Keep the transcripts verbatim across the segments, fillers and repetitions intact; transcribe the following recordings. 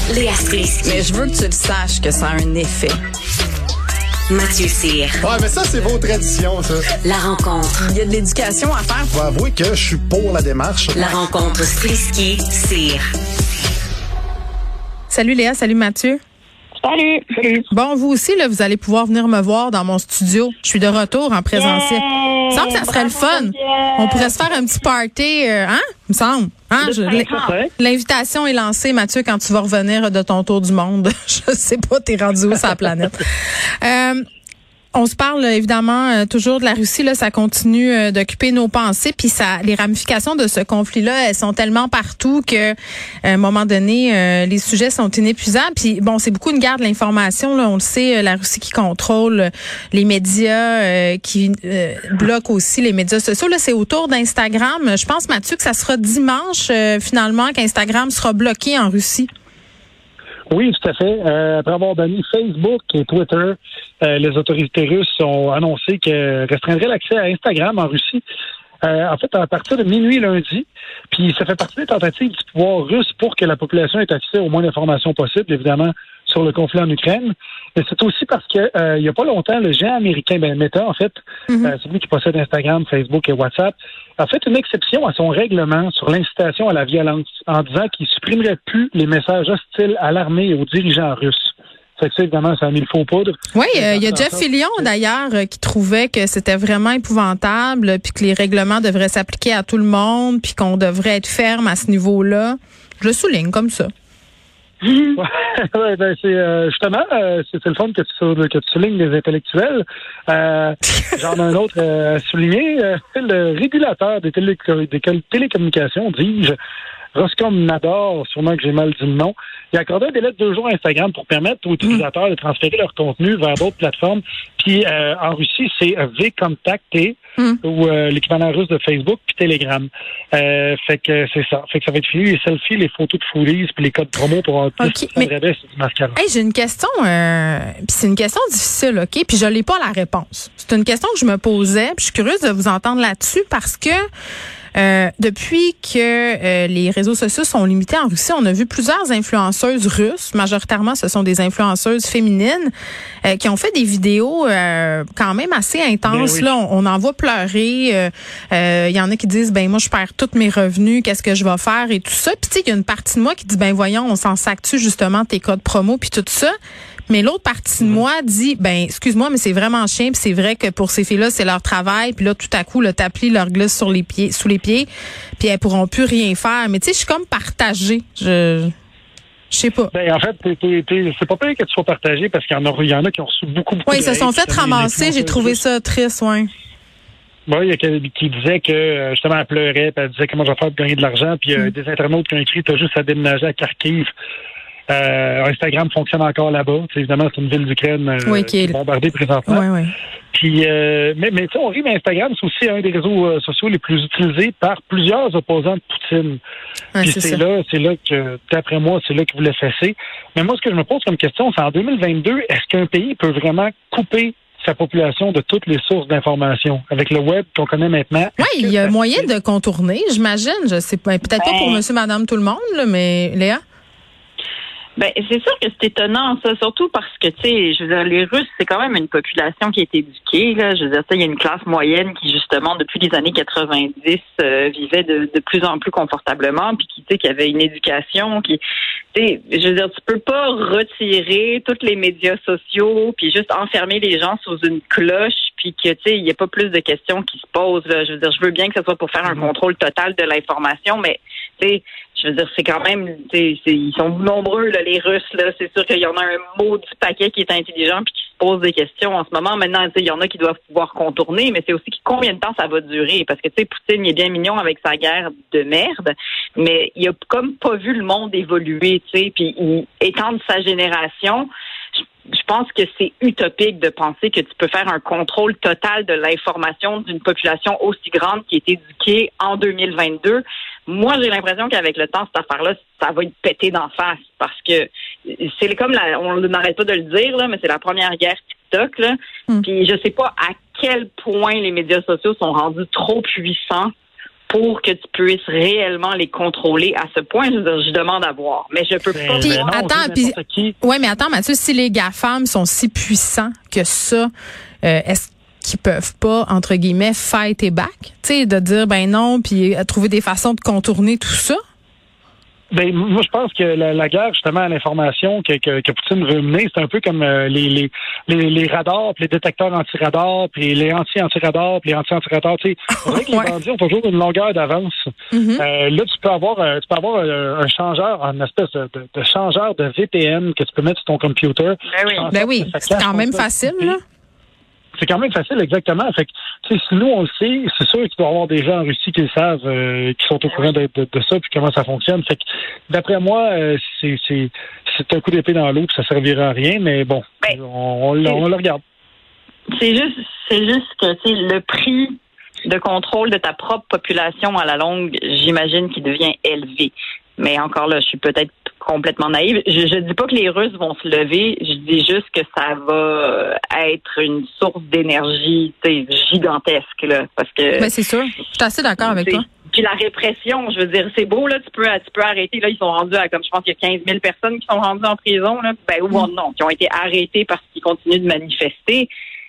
Léa Strisky. Mais je veux que tu le saches que ça a un effet. Mathieu Cyr. Ouais, mais ça, c'est vos traditions, ça. La rencontre. Il y a de l'éducation à faire. Faut avouer que je suis pour la démarche. La rencontre Strisky-Cyr. Salut Léa, salut Mathieu. Salut. Salut. Bon, vous aussi, là, vous allez pouvoir venir me voir dans mon studio. Je suis de retour en présentiel. Yeah! Il me semble que ça serait le fun. Yeah! On pourrait se faire un petit party, euh, hein? Il me semble. Hein? Je- L'invitation est lancée, Mathieu, quand tu vas revenir de ton tour du monde. Je sais pas, t'es rendu où sur la planète. Euh, On se parle évidemment euh, toujours de la Russie, là, ça continue euh, d'occuper nos pensées, puis ça, les ramifications de ce conflit-là, elles sont tellement partout que, à un moment donné, euh, les sujets sont inépuisables. Puis bon, c'est beaucoup une guerre de l'information, là, on le sait, euh, la Russie qui contrôle euh, les médias, euh, qui euh, bloque aussi les médias sociaux. Là, c'est autour d'Instagram. Je pense, Mathieu, que ça sera dimanche euh, finalement qu'Instagram sera bloqué en Russie. Oui, tout à fait. Euh, après avoir banni Facebook et Twitter, euh, les autorités russes ont annoncé qu'elles restreindraient l'accès à Instagram en Russie. Euh, en fait, à partir de minuit lundi, puis ça fait partie des tentatives du pouvoir russe pour que la population ait accès au moins d'informations possibles, évidemment, sur le conflit en Ukraine. Mais c'est aussi parce que euh, il y a pas longtemps, le géant américain, ben Meta, en fait, mm-hmm. euh, c'est lui qui possède Instagram, Facebook et WhatsApp, a fait une exception à son règlement sur l'incitation à la violence en disant qu'il supprimerait plus les messages hostiles à l'armée et aux dirigeants russes. Fait que ça, évidemment, ça a mis le faux poudre. Oui, euh, il y a Jeff Fillion, d'ailleurs, euh, qui trouvait que c'était vraiment épouvantable, puis que les règlements devraient s'appliquer à tout le monde, puis qu'on devrait être ferme à ce niveau-là. Je le souligne comme ça. ouais, ben c'est euh, justement euh, c'est, c'est le fun que tu que tu soulignes les intellectuels. Euh, j'en ai un autre euh, à souligner. Euh, le régulateur des, télé- des télécommunications, dis-je, Roskomnadzor, sûrement que j'ai mal dit le nom, il a accordé un délai de deux jours à Instagram pour permettre aux utilisateurs mmh. de transférer leur contenu vers d'autres plateformes. Puis euh, en Russie, c'est V-Contact mmh. ou euh, l'équivalent russe de Facebook puis Telegram. Euh, fait que c'est ça. Fait que ça va être fini les selfies, les photos de foolies puis les codes promo pour avoir plus okay, de mais... du mascara. Hey, j'ai une question, euh, puis c'est une question difficile, ok, puis je n'ai pas la réponse. C'est une question que je me posais, puis je suis curieuse de vous entendre là-dessus parce que Euh, depuis que euh, les réseaux sociaux sont limités en Russie, on a vu plusieurs influenceuses russes, majoritairement ce sont des influenceuses féminines, euh, qui ont fait des vidéos euh, quand même assez intenses. Ben oui. Là, on, on en voit pleurer. Il euh, euh, y en a qui disent, ben moi je perds tous mes revenus, qu'est-ce que je vais faire et tout ça. Puis tu sais, il y a une partie de moi qui dit, ben voyons, on s'en sac-tu justement tes codes promo puis tout ça. Mais l'autre partie de moi dit, ben excuse-moi, mais c'est vraiment chien, puis c'est vrai que pour ces filles-là, c'est leur travail, puis là, tout à coup, le tapis leur glisse sur les pieds, sous les pieds, puis elles pourront plus rien faire. Mais tu sais, je suis comme partagée. Je je sais pas. Ben, en fait, t'es, t'es, t'es, c'est pas pire que tu sois partagé parce qu'il y en a, il y en a qui ont reçu beaucoup, beaucoup oui, de ils se sont fait ramasser. J'ai trouvé ça triste, ouais. Oui, il y a qui, qui disait que, justement, elle pleurait, puis elle disait comment je vais faire pour gagner de l'argent, puis il y a mm. des internautes qui ont écrit, t'as juste à déménager à Kharkiv. Euh, Instagram fonctionne encore là-bas. T'sais, évidemment, c'est une ville d'Ukraine euh, oui, qui est bombardée présentement. Oui, oui. Puis, euh, mais, mais tu sais, on rit, mais Instagram, c'est aussi un des réseaux euh, sociaux les plus utilisés par plusieurs opposants de Poutine. Ouais, Puis c'est, c'est ça. là, c'est là que, d'après moi, c'est là qu'ils voulaient fesser. Mais moi, ce que je me pose comme question, c'est en deux mille vingt-deux, est-ce qu'un pays peut vraiment couper sa population de toutes les sources d'information avec le web qu'on connaît maintenant? Oui, il y a moyen de contourner, j'imagine. Je sais pas, peut-être ben, pas pour monsieur, madame, tout le monde, là, mais Léa? Ben, c'est sûr que c'est étonnant, ça, surtout parce que, tu sais, je veux dire, les Russes, c'est quand même une population qui est éduquée, là. Je veux dire, ça, il y a une classe moyenne qui, justement, depuis les années quatre-vingt-dix, euh, vivait de, de plus en plus confortablement, puis qui, tu sais, qui avait une éducation, qui, tu sais, je veux dire, tu peux pas retirer tous les médias sociaux, puis juste enfermer les gens sous une cloche, puis que, tu sais, il n'y a pas plus de questions qui se posent, là. Je veux dire, je veux bien que ce soit pour faire un contrôle total de l'information, mais, tu sais, je veux dire, c'est quand même, c'est, ils sont nombreux, là, les Russes, là. C'est sûr qu'il y en a un maudit paquet qui est intelligent puis qui se pose des questions en ce moment. Maintenant, tu sais, il y en a qui doivent pouvoir contourner, mais c'est aussi combien de temps ça va durer. Parce que, tu sais, Poutine, il est bien mignon avec sa guerre de merde, mais il a comme pas vu le monde évoluer, tu sais. Puis, il, étant de sa génération, je pense que c'est utopique de penser que tu peux faire un contrôle total de l'information d'une population aussi grande qui est éduquée en deux mille vingt-deux. Moi, j'ai l'impression qu'avec le temps, cette affaire-là, ça va être pété d'en face parce que c'est comme la, on n'arrête pas de le dire, là, mais c'est la première guerre TikTok, là. Mm. Puis je sais pas à quel point les médias sociaux sont rendus trop puissants pour que tu puisses réellement les contrôler à ce point. Je veux dire, je demande à voir. Mais je peux pas... Puis, voir attends, puis, ouais, mais attends, Mathieu, si les GAFAM sont si puissants que ça, euh, est-ce qu'ils peuvent pas, entre guillemets, fight et back? Tu sais, de dire, ben non, puis trouver des façons de contourner tout ça? Ben, moi, je pense que la, la guerre, justement, à l'information que, que, que Poutine veut mener, c'est un peu comme euh, les, les, les, les radars, puis les détecteurs anti-radars, puis les anti-anti-radars, puis les anti-anti-radars. Tu sais, c'est vrai que Ouais. les bandits ont toujours une longueur d'avance. Mm-hmm. Euh, là, tu peux avoir, euh, tu peux avoir euh, un changeur, un espèce de, de, de changeur de V P N que tu peux mettre sur ton computer. Ben oui. Ben oui, c'est quand même facile, là. C'est quand même facile, exactement. Fait que, tu sais, si nous, on le sait, c'est sûr qu'il doit y avoir des gens en Russie qui le savent, euh, qui sont au courant de, de, de ça, puis comment ça fonctionne. Fait que, d'après moi, euh, c'est, c'est, c'est un coup d'épée dans l'eau, puis ça servira à rien, mais bon, Ben, on, on, on le regarde. C'est juste, c'est juste que, tu sais, le prix de contrôle de ta propre population à la longue, j'imagine qu'il devient élevé. Mais encore là, je suis peut-être complètement naïve. Je, je dis pas que les Russes vont se lever. Je dis juste que ça va être une source d'énergie, tu sais, gigantesque, là, parce que. Ben c'est sûr. Je suis assez d'accord avec toi. Puis la répression, je veux dire, c'est beau, là, tu peux, tu peux arrêter. Là, ils sont rendus à, comme je pense qu'il y a quinze mille personnes qui sont rendues en prison, là. Ben, ou Mm. non, qui ont été arrêtées parce qu'ils continuent de manifester.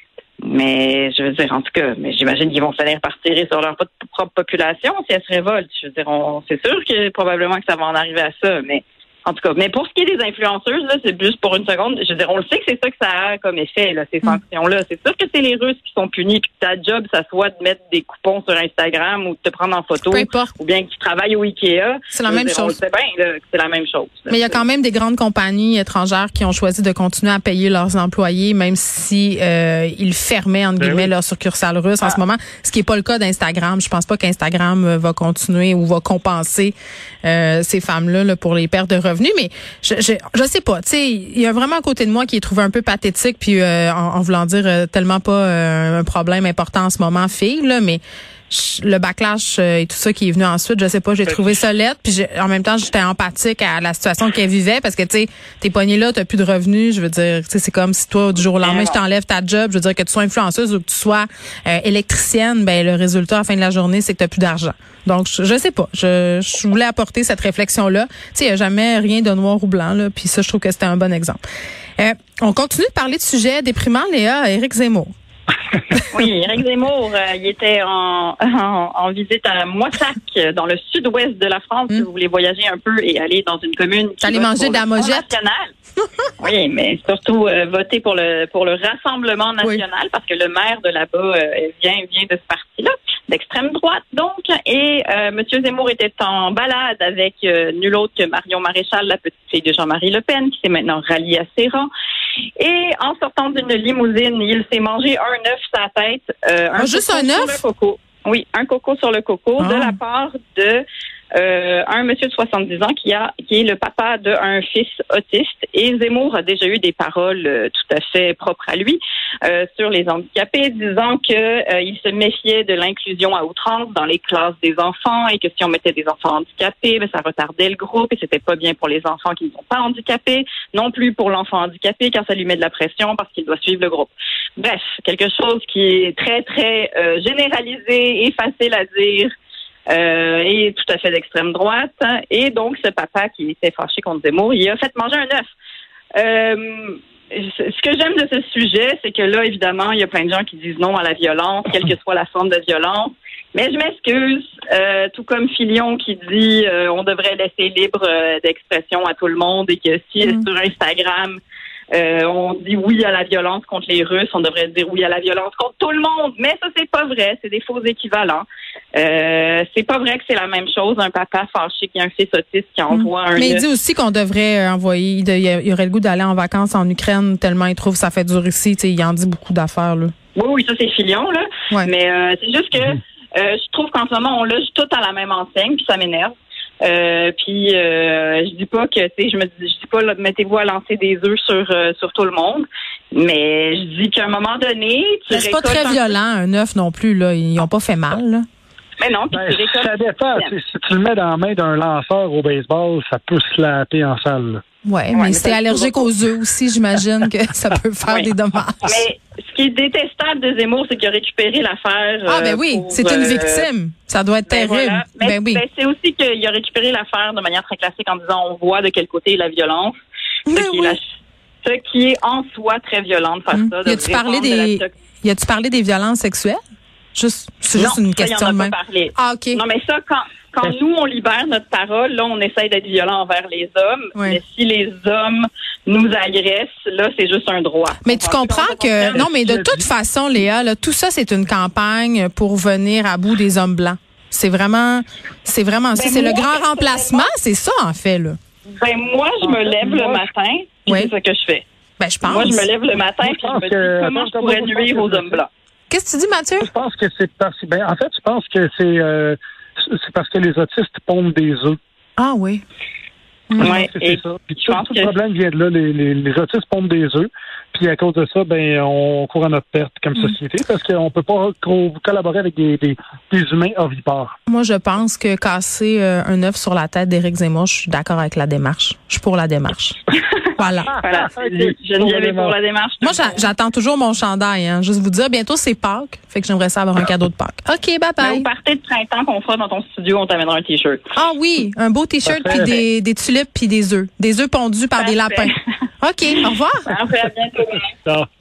Mais, je veux dire, en tout cas, mais j'imagine qu'ils vont finir par tirer sur leur propre population si elles se révoltent. Je veux dire, on, c'est sûr que probablement que ça va en arriver à ça, mais en tout cas, mais pour ce qui est des influenceuses, là, c'est juste pour une seconde. Je veux dire, on le sait que c'est ça que ça a comme effet, là, ces sanctions-là. C'est sûr que c'est les Russes qui sont punis, puis que ta job, ça soit de mettre des coupons sur Instagram ou de te prendre en photo, Peu importe. ou bien qu'ils travaillent au Ikea. C'est la Je veux même dire, chose. On le sait bien, là, que c'est la même chose. là. Mais il y a quand même des grandes compagnies étrangères qui ont choisi de continuer à payer leurs employés, même si euh, ils fermaient entre Ben guillemets oui. leur succursale russe en ce moment. Ce qui est pas le cas d'Instagram. Je pense pas qu'Instagram euh, va continuer ou va compenser euh, ces femmes-là là, pour les pertes de revenus. Mais je je, je sais pas. Tu sais, il y a vraiment un côté de moi qui est trouvé un peu pathétique, puis euh, en, en voulant dire euh, tellement pas euh, un problème important en ce moment, fille là, mais le backlash euh, et tout ça qui est venu ensuite, je sais pas, j'ai trouvé ça laid, puis j'ai- en même temps j'étais empathique à la situation qu'elle vivait parce que tu sais, t'es pognée là, t'as plus de revenus, je veux dire, tu sais, c'est comme si toi du jour au lendemain je t'enlève ta job, je veux dire que tu sois influenceuse ou que tu sois euh, électricienne, ben le résultat à la fin de la journée c'est que t'as plus d'argent. Donc je, je sais pas, je, je voulais apporter cette réflexion là. Tu sais, il y a jamais rien de noir ou blanc là, puis ça je trouve que c'était un bon exemple. Euh, on continue de parler de sujets déprimants, Léa. Éric Zemmour. Oui, Éric Zemmour, euh, il était en, en, en visite à Moissac, dans le sud-ouest de la France. Mm. Si vous voulez voyager un peu et aller dans une commune qui T'allais vote manger pour de la le Front mojette? national. Oui, mais surtout euh, voter pour le pour le Rassemblement national, parce que le maire de là-bas euh, vient vient de ce parti-là, d'extrême droite donc. Et euh, Monsieur Zemmour était en balade avec euh, nul autre que Marion Maréchal, la petite fille de Jean-Marie Le Pen, qui s'est maintenant ralliée à ses rangs. Et en sortant d'une limousine, il s'est mangé un œuf sur la tête. Euh, Ah, juste un coco œuf? sur le coco. Oui, un coco sur le coco Ah. de la part de euh, un monsieur de soixante-dix ans qui a qui est le papa d'un fils autiste. Et Zemmour a déjà eu des paroles euh, tout à fait propres à lui euh, sur les handicapés, disant que euh, il se méfiait de l'inclusion à outrance dans les classes des enfants et que si on mettait des enfants handicapés, ben, ça retardait le groupe et c'était pas bien pour les enfants qui ne sont pas handicapés, non plus pour l'enfant handicapé car ça lui met de la pression parce qu'il doit suivre le groupe. Bref, quelque chose qui est très très euh, généralisé et facile à dire. Euh, et tout à fait d'extrême droite. Hein. Et donc, ce papa qui était fâché contre Zemmour, il a fait manger un œuf. Euh, ce que j'aime de ce sujet, c'est que là, évidemment, il y a plein de gens qui disent non à la violence, quelle que soit la forme de violence. Mais je m'excuse, euh, tout comme Filion qui dit euh, on devrait laisser libre euh, d'expression à tout le monde et que si Mm. sur Instagram, Euh, on dit oui à la violence contre les Russes, on devrait dire oui à la violence contre tout le monde, mais ça c'est pas vrai, c'est des faux équivalents. Euh, c'est pas vrai que c'est la même chose, un papa fâché qui a un fils autiste qui envoie un... Mais il dit aussi qu'on devrait euh, envoyer, il y aurait le goût d'aller en vacances en Ukraine tellement il trouve que ça fait dur ici, tu sais, il en dit beaucoup d'affaires là. Oui, oui, ça c'est Filion, là. Ouais. Mais euh, c'est juste que euh, je trouve qu'en ce moment, on loge tout à la même enseigne, puis ça m'énerve. Euh, puis euh, je dis pas que tu sais je me dis je dis pas là, mettez-vous à lancer des œufs sur euh, sur tout le monde, mais je dis qu'à un moment donné tu Mais c'est pas récoltes très un- violent un œuf non plus là, ils ont pas fait mal là. Mais non, puis Ben, tu récoltes. ça dépend. Tu sais, Si tu le mets dans la main d'un lanceur au baseball, ça peut slapper en salle. là. Ouais, mais mais si t'es ça, allergique tu vas aux œufs aussi, j'imagine que ça peut faire Oui. des dommages. Mais ce qui est détestable de Zemmour, c'est qu'il a récupéré l'affaire. Ah, ben euh, oui, pour, c'est une euh, victime. Ça doit être Ben terrible. voilà. Mais Ben oui. ben, c'est aussi qu'il a récupéré l'affaire de manière très classique en disant on voit de quel côté est la violence. Ce, Ben qui, oui. est la- ce qui est en soi très violent de faire Hum. ça. De Y a-tu parlé répandre de la des, tox- y a-tu parlé des violences sexuelles? Juste, c'est juste Non, une ça, question il en de a même. pas parlé. Ah, OK. Non, mais ça, quand, quand nous, on libère notre parole, là, on essaye d'être violent envers les hommes. Ouais. Mais si les hommes nous agressent, là, c'est juste un droit. Mais tu comprends que, non, mais de Je toute dis- façon, Léa, là, tout ça, c'est une campagne pour venir à bout des hommes blancs. C'est vraiment, c'est vraiment ça. Ben, C'est le moi, grand remplacement, c'est ça, en fait, là. Ben, moi, je me lève le Moi, matin, puis Ouais. c'est ça que je fais. Ben, je pense. Moi, je me lève le matin, Moi, je puis je pense me que- dis comment attends, je pourrais attends, moi, je nuire pense aux que hommes c'est- blancs. Qu'est-ce que tu dis, Mathieu? Je pense que c'est parce ben, en fait, je pense que c'est euh, c'est parce que les autistes pondent des œufs. Ah oui. Je pense Ouais, que et c'est ça. Puis je tout, pense tout que- le problème vient de là. Les, les, les autistes pondent des œufs. Puis à cause de ça, ben on court à notre perte comme société parce qu'on peut pas co- collaborer avec des, des, des humains ovipares. Moi, je pense que casser euh, un œuf sur la tête d'Éric Zemmour, je suis d'accord avec la démarche. Je suis pour la démarche. Voilà. Voilà, Ok. Geneviève est pour la démarche. Moi, j'a- j'attends toujours mon chandail. Hein. Juste vous dire, bientôt, c'est Pâques. Fait que j'aimerais ça avoir un cadeau de Pâques. OK, Mais bye-bye. au party de printemps qu'on fera dans ton studio, on t'amènera un T-shirt. Ah oui, un beau T-shirt, puis Parfait. des, des tulipes, puis des œufs. Des œufs pondus par des Parfait. lapins. OK, au revoir. Parfait, à bientôt. Ça.